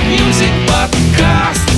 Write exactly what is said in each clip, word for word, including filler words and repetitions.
Music Podcast.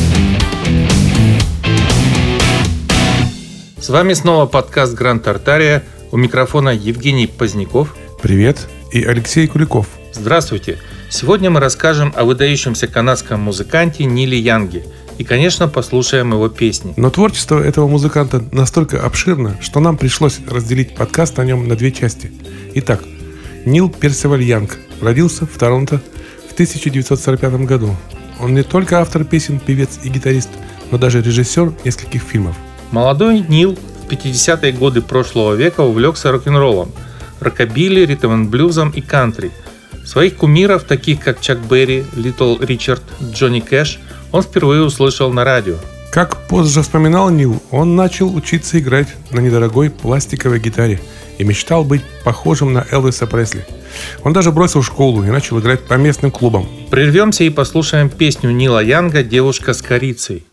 С вами снова подкаст Гранд Тартария. У микрофона Евгений Поздняков. Привет. И Алексей Куликов. Здравствуйте. Сегодня мы расскажем о выдающемся канадском музыканте Ниле Янге. И, конечно, послушаем его песни. Но творчество этого музыканта настолько обширно, что нам пришлось разделить подкаст о нем на две части. Итак, Нил Персиваль Янг родился в Торонто в тысяча девятьсот сорок пятом году. Он не только автор песен, певец и гитарист, но даже режиссер нескольких фильмов. Молодой Нил в пятидесятые годы прошлого века увлекся рок-н-роллом, рокобили, ритм-н-блюзом и кантри. Своих кумиров, таких как Чак Берри, Литл Ричард, Джонни Кэш, он впервые услышал на радио. Как позже вспоминал Нил, он начал учиться играть на недорогой пластиковой гитаре и мечтал быть похожим на Элвиса Пресли. Он даже бросил школу и начал играть по местным клубам. Прервемся и послушаем песню Нила Янга «Девушка с корицей».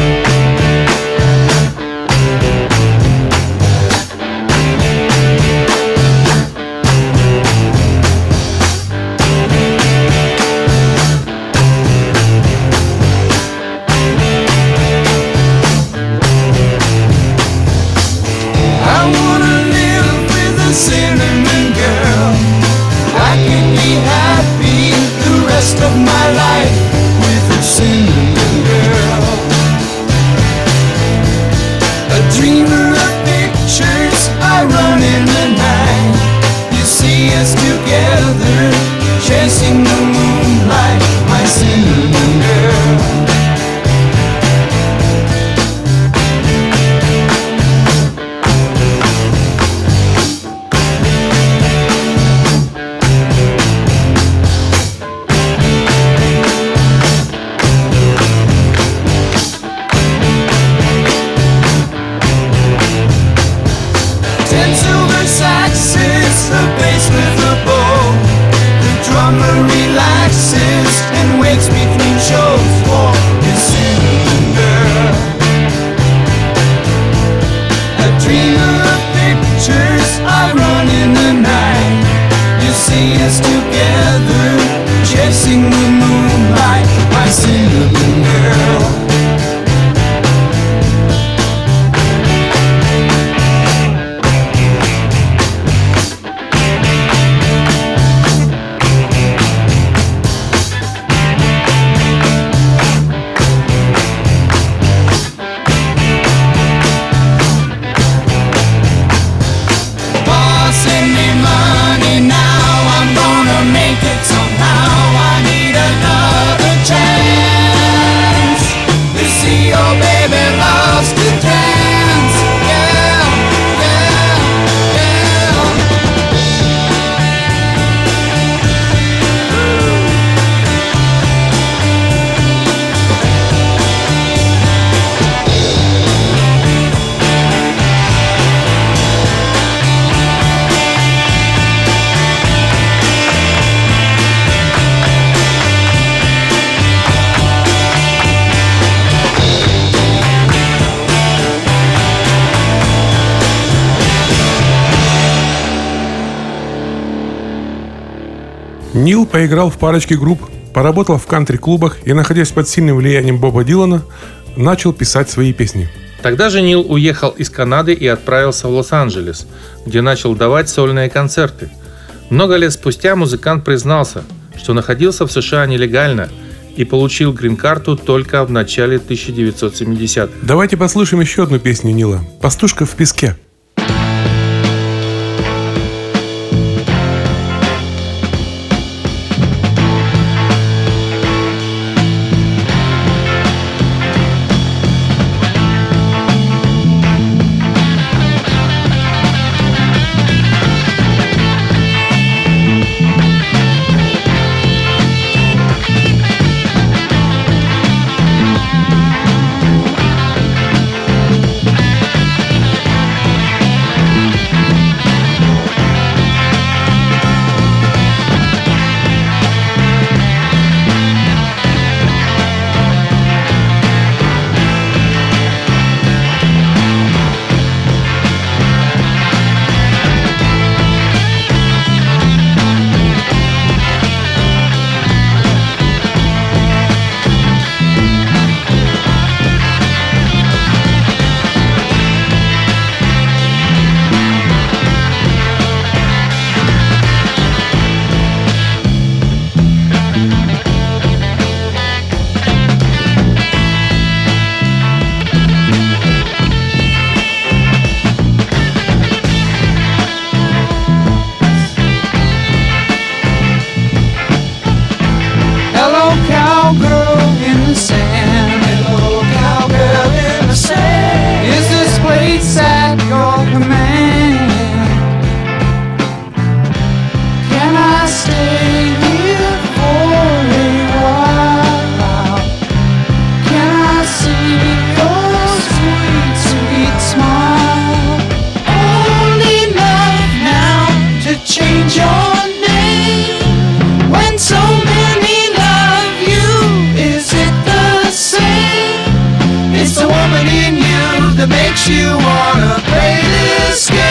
Нил поиграл в парочке групп, поработал в кантри-клубах и, находясь под сильным влиянием Боба Дилана, начал писать свои песни. Тогда же Нил уехал из Канады и отправился в Лос-Анджелес, где начал давать сольные концерты. Много лет спустя музыкант признался, что находился в США нелегально и получил грин-карту только в начале тысяча девятьсот семидесятых. Давайте послушаем еще одну песню Нила «Пастушка в песке». makes you wanna play this game.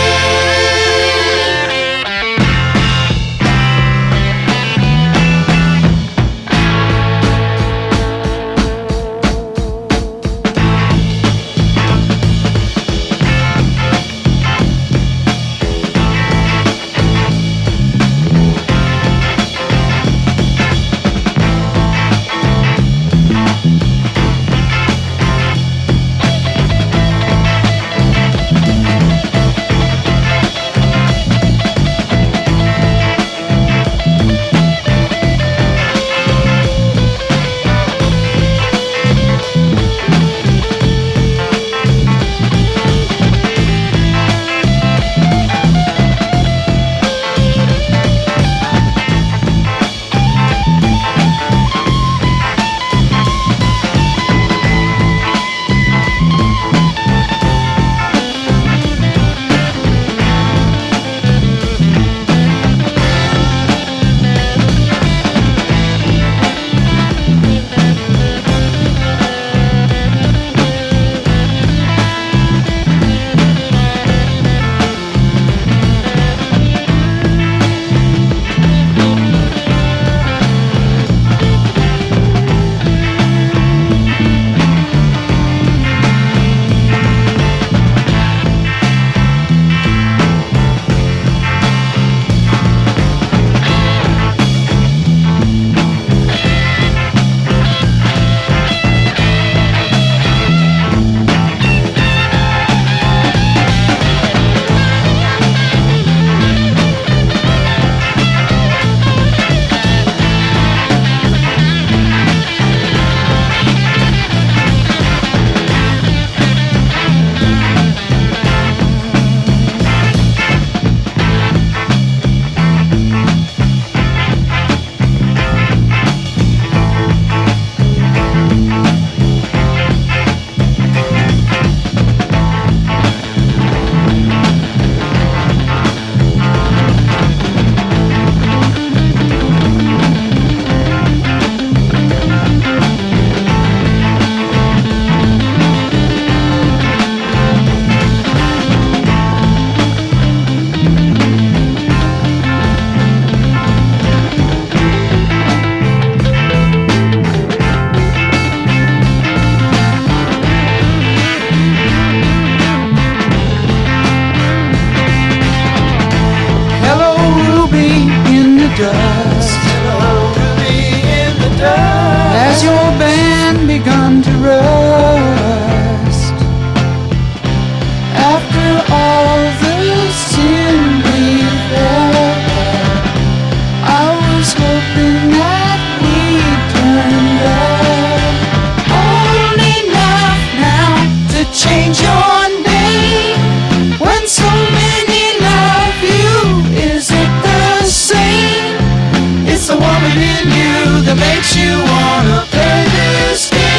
Has your band begun to rust? After all the sin we've had, I was hoping that we'd turn back. Only enough now to change your name. When so many love you, is it the same? It's the woman in you that makes you wanna play this game.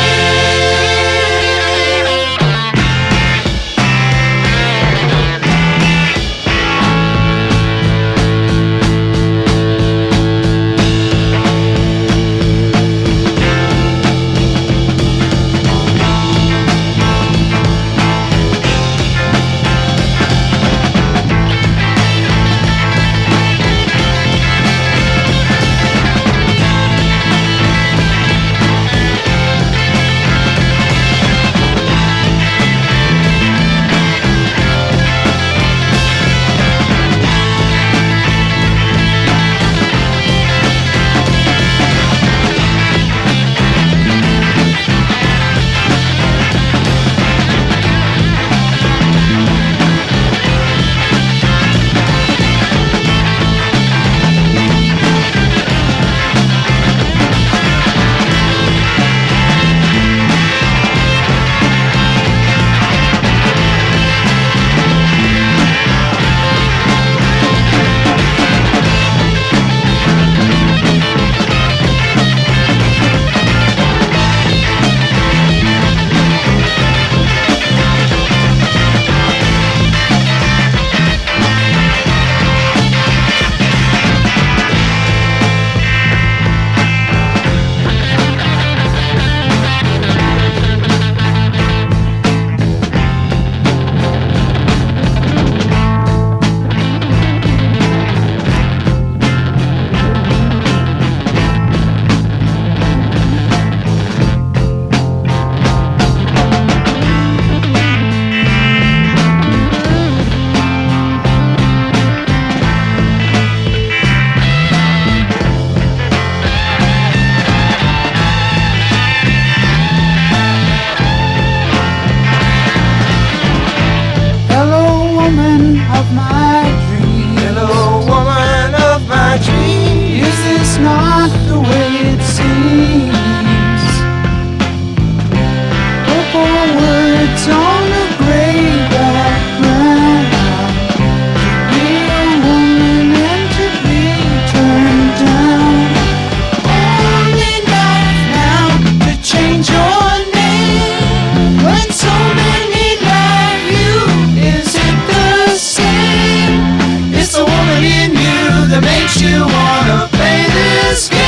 you wanna play this game?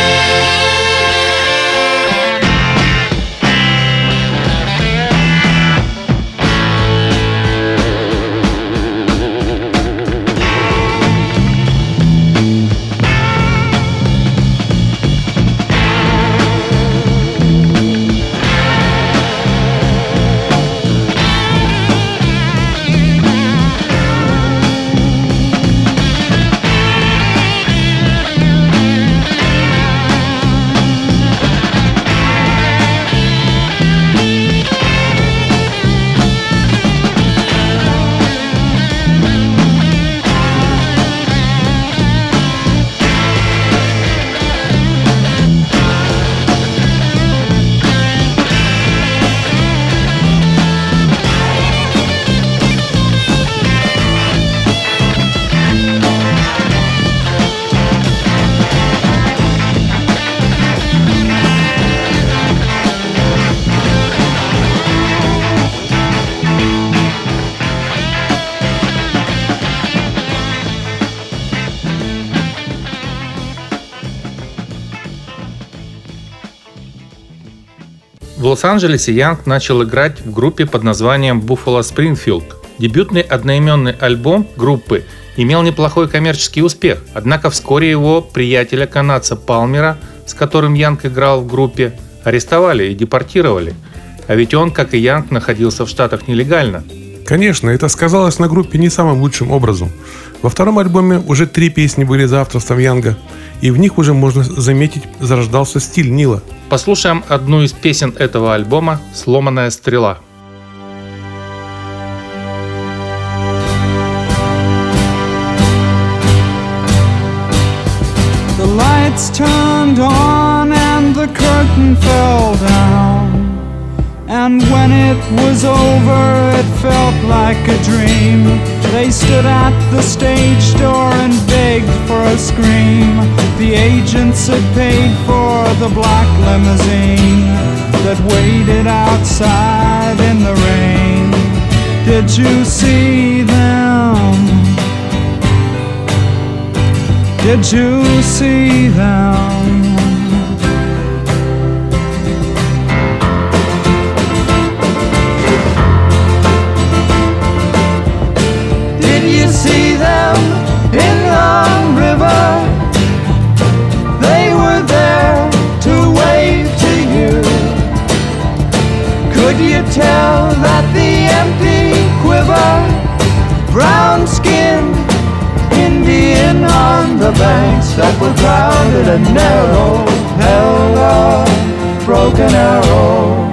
В Лос-Анджелесе Янг начал играть в группе под названием Buffalo Springfield. Дебютный одноименный альбом группы имел неплохой коммерческий успех, однако вскоре его приятеля-канадца Палмера, с которым Янг играл в группе, арестовали и депортировали. А ведь он, как и Янг, находился в Штатах нелегально. Конечно, это сказалось на группе не самым лучшим образом. Во втором альбоме уже три песни были за авторством Янга, и в них уже, можно заметить, зарождался стиль Нила. Послушаем одну из песен этого альбома «Сломанная стрела». The lights turned on and the curtain fell down. And when it was over, it felt like a dream. They stood at the stage door and begged for a scream. The agents had paid for the black limousine that waited outside in the rain. Did you see them? Did you see them? See them in the river. They were there to wave to you. Could you tell that the empty quiver, brown-skinned Indian on the banks that were crowded and narrow held a broken arrow?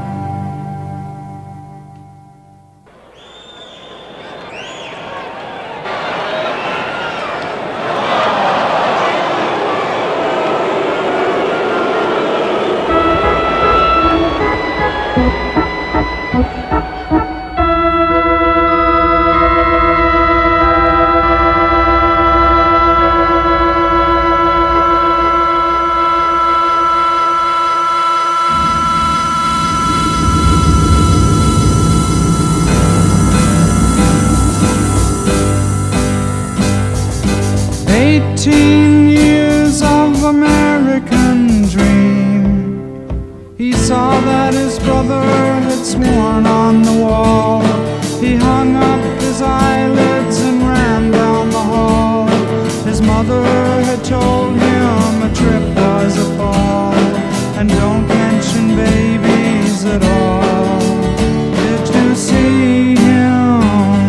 Eighteen years of American dream. He saw that his brother had sworn on the wall. He hung up his eyelids and ran down the hall. His mother had told him a trip was a fall, and don't mention babies at all. Did you see him?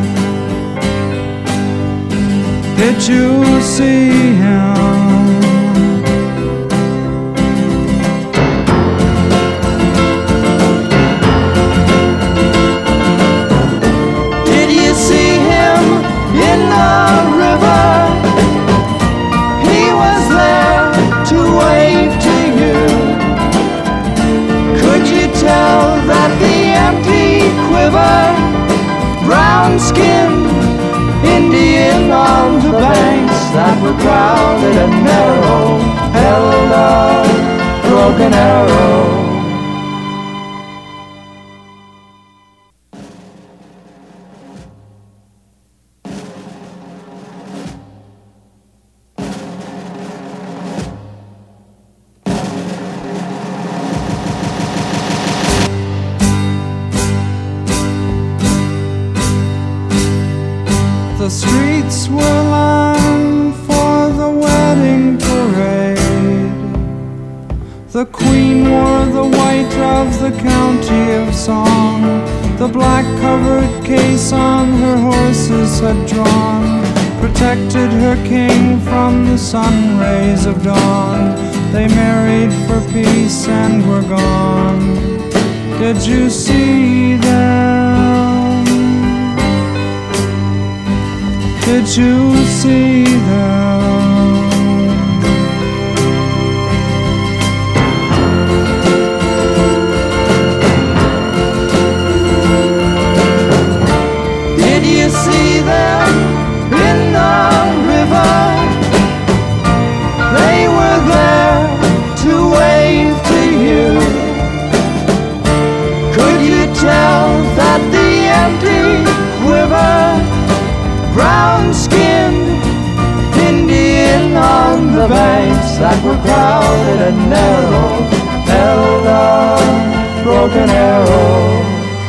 Did you see him? Did you see him in the river? He was there to wave to you. Could you tell that the empty quiver, brown-skinned Indian on the banks that were crowded and narrow held a broken arrow? streets were lined for the wedding parade. The queen wore the white of the county of song. The black covered case on her horses had drawn protected her king from the sun rays of dawn. They married for peace and were gone. Did you see them? Did you see them? Did you see them in the river? They were there to wave to you. Could you tell that the empty quiver, brown-skinned Indian on the banks that were crowded and narrow held a broken arrow?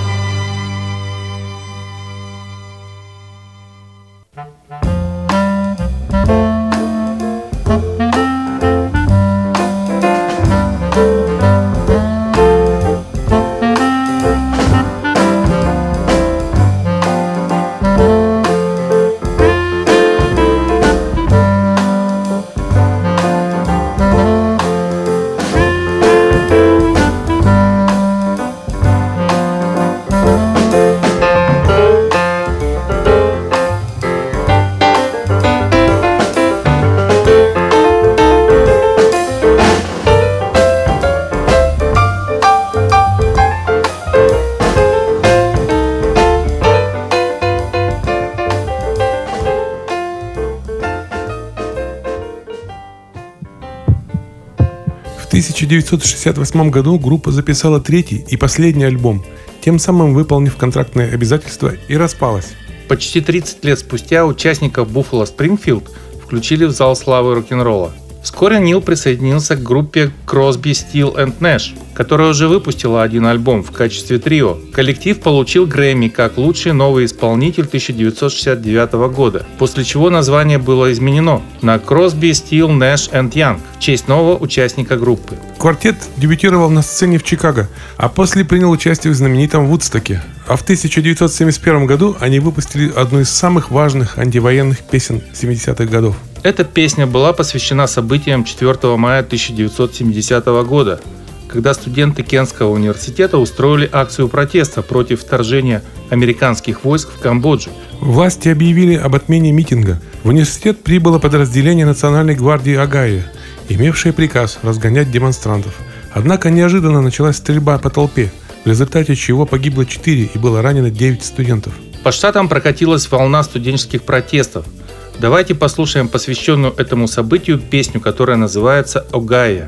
В тысяча девятьсот шестьдесят восьмом году группа записала третий и последний альбом, тем самым выполнив контрактные обязательства, и распалась. Почти тридцать лет спустя участников Buffalo Springfield включили в зал славы рок-н-ролла. Вскоре Нил присоединился к группе Crosby, Still and Nash, которая уже выпустила один альбом в качестве трио. Коллектив получил Грэмми как лучший новый исполнитель тысяча девятьсот шестьдесят девятого года, после чего название было изменено на Crosby, Still, Nash and Young в честь нового участника группы. Квартет дебютировал на сцене в Чикаго, а после принял участие в знаменитом Вудстоке. А в тысяча девятьсот семьдесят первом году они выпустили одну из самых важных антивоенных песен семидесятых годов. Эта песня была посвящена событиям четвёртого мая тысяча девятьсот семидесятого года, когда студенты Кентского университета устроили акцию протеста против вторжения американских войск в Камбоджу. Власти объявили об отмене митинга. В университет прибыло подразделение Национальной гвардии Огайо, имевшее приказ разгонять демонстрантов. Однако неожиданно началась стрельба по толпе, в результате чего погибло четыре и было ранено девять студентов. По штатам прокатилась волна студенческих протестов. Давайте послушаем посвященную этому событию песню, которая называется «Огайо».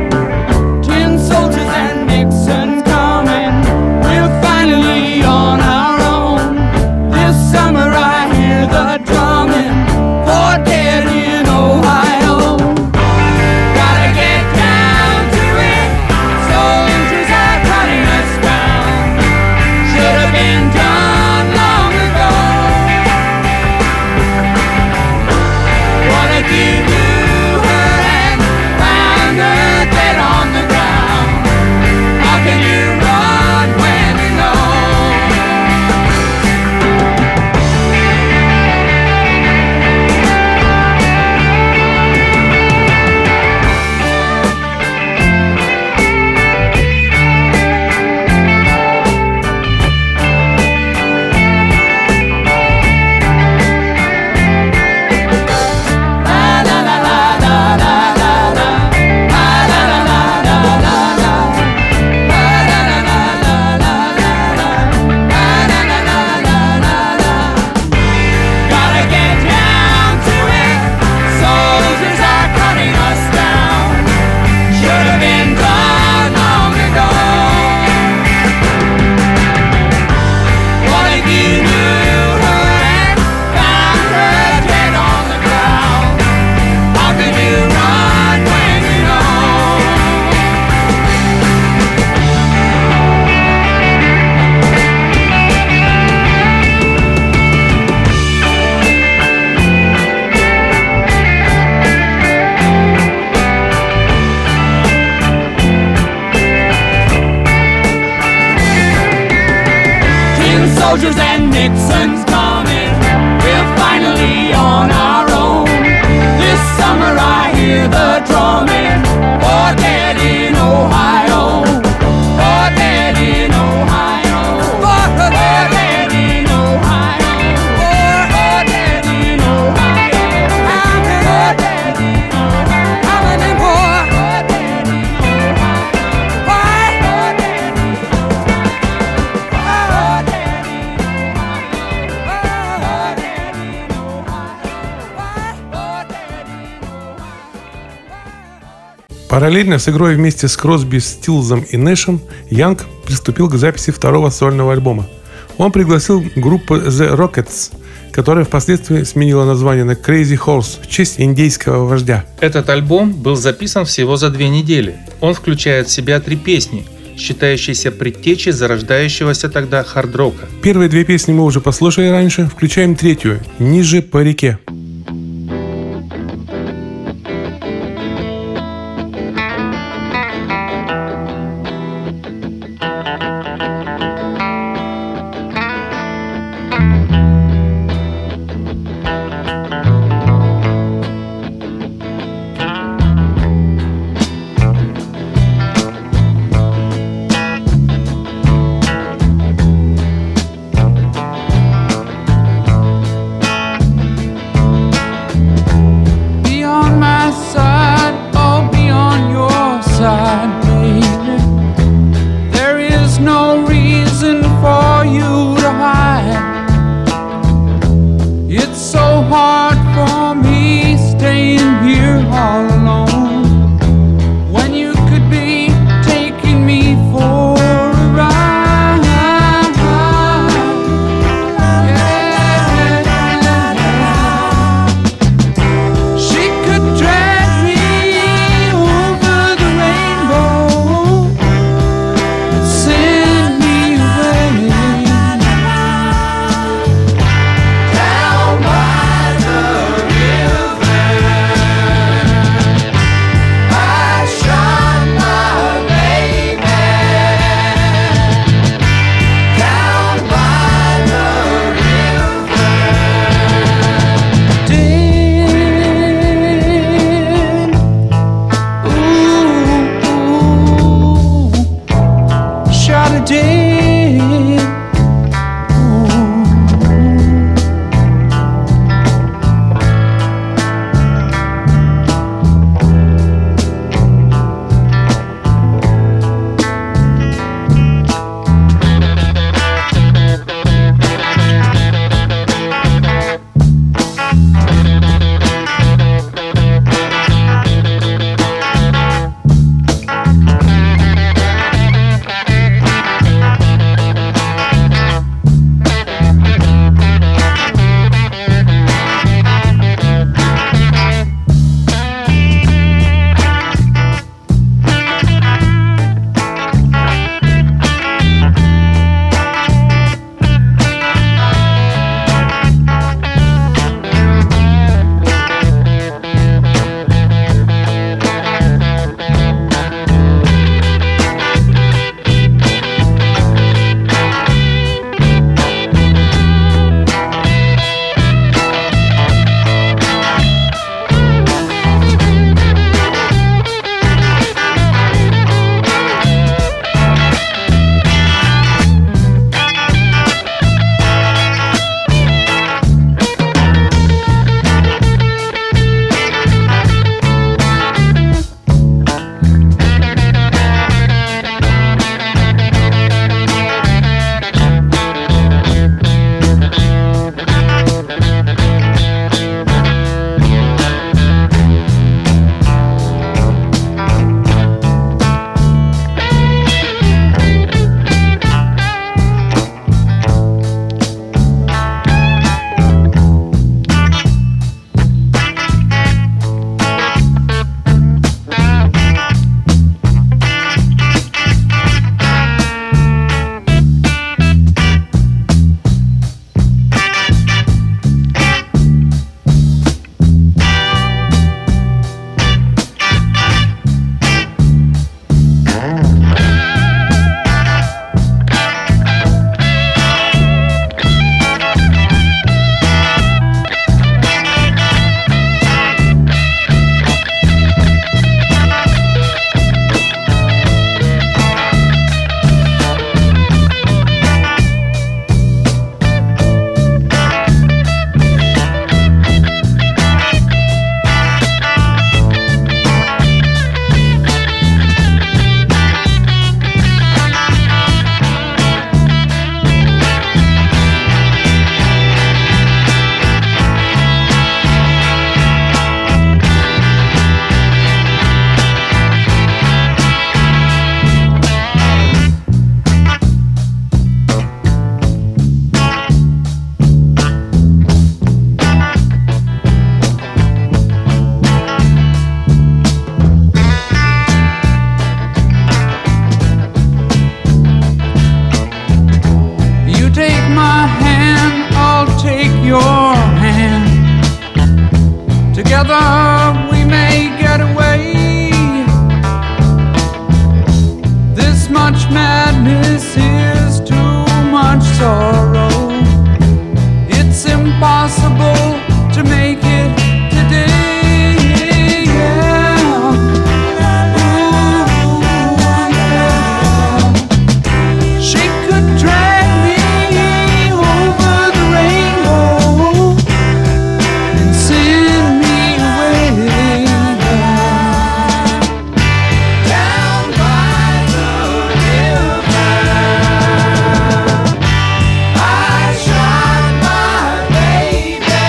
Tin soldiers and Nixon coming, we're finally on our soldiers and Nixon's coming. We're finally on our own. This summer I hear the drumming. For dead in Ohio. For dead in Ohio. For dead in Ohio. For dead in Ohio. For dead in Ohio. How many more? For dead in Ohio. Why? For dead in Ohio. For dead in Ohio. For dead in Ohio. Why? For dead in Ohio. Параллельно с игрой вместе с Кросби, Стилзом и Нэшем, Янг приступил к записи второго сольного альбома. Он пригласил группу The Rockets, которая впоследствии сменила название на Crazy Horse в честь индейского вождя. Этот альбом был записан всего за две недели. Он включает в себя три песни, считающиеся предтечей зарождающегося тогда хард-рока. Первые две песни мы уже послушали раньше, включаем третью «Ниже по реке». Be on my side, oh, be on your side, baby. There is no reason for you to hide. It's so hard for me staying here all alone when you could be taking me for a ride. Yeah. She could drag me over the rainbow and send me away down by the river. I shot my baby down by the river. Dead. Ooh, shot her dead. Ooh. Together we may get away. This much madness is too much sorrow. It's impossible to make it today. Yeah. Ooh, yeah. She could drag me over the rainbow and send me away. Down by the river, I shot my baby.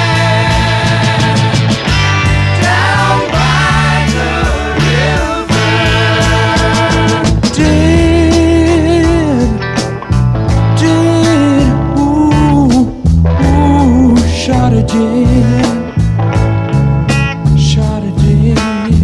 Down by the river, dead, dead, ooh, ooh, shot a dead, shot a dead.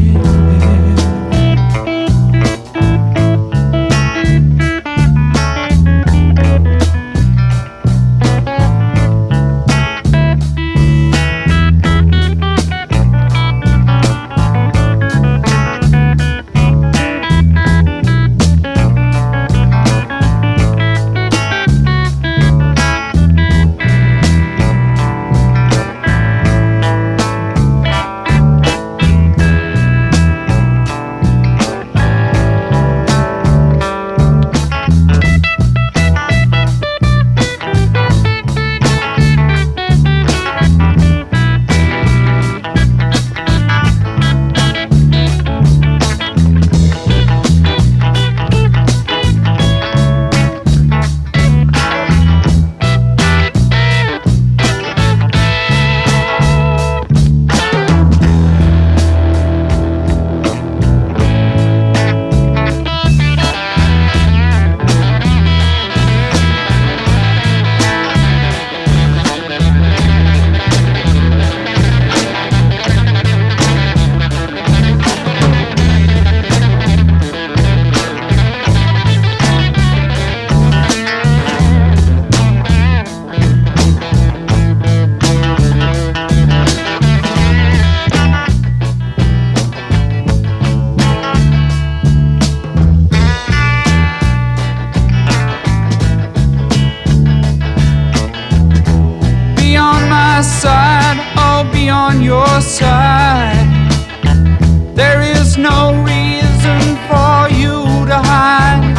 Be on my side, I'll be on your side. There is no reason for you to hide.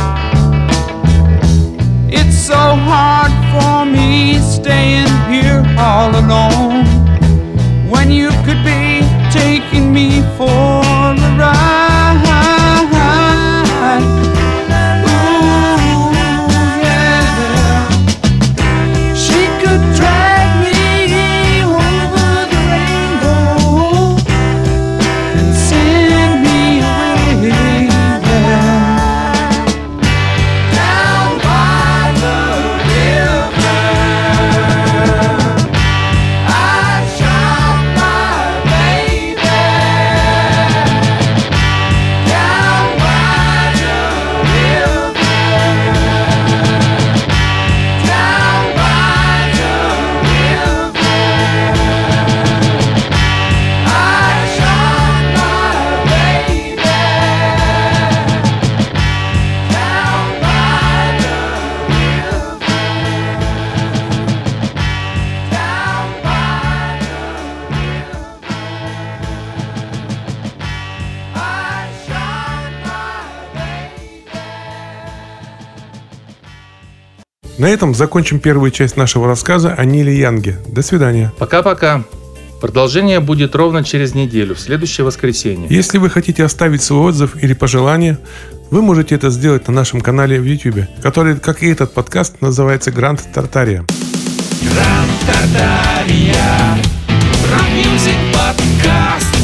It's so hard for me staying here all alone when you could be taking me for a ride. Ooh, yeah. She could drag me over the rainbow and send me away. Yeah. Down by the river, I shot my baby. Down by the river, down by the river, I shot my baby. Down by the river, down by the river, I shot my baby. На этом закончим первую часть нашего рассказа о Ниле Янге. До свидания. Пока-пока. Продолжение будет ровно через неделю, в следующее воскресенье. Если вы хотите оставить свой отзыв или пожелание, вы можете это сделать на нашем канале в YouTube, который, как и этот подкаст, называется Гранд Тартария. Гранд Тартария, рок-мьюзик подкаст.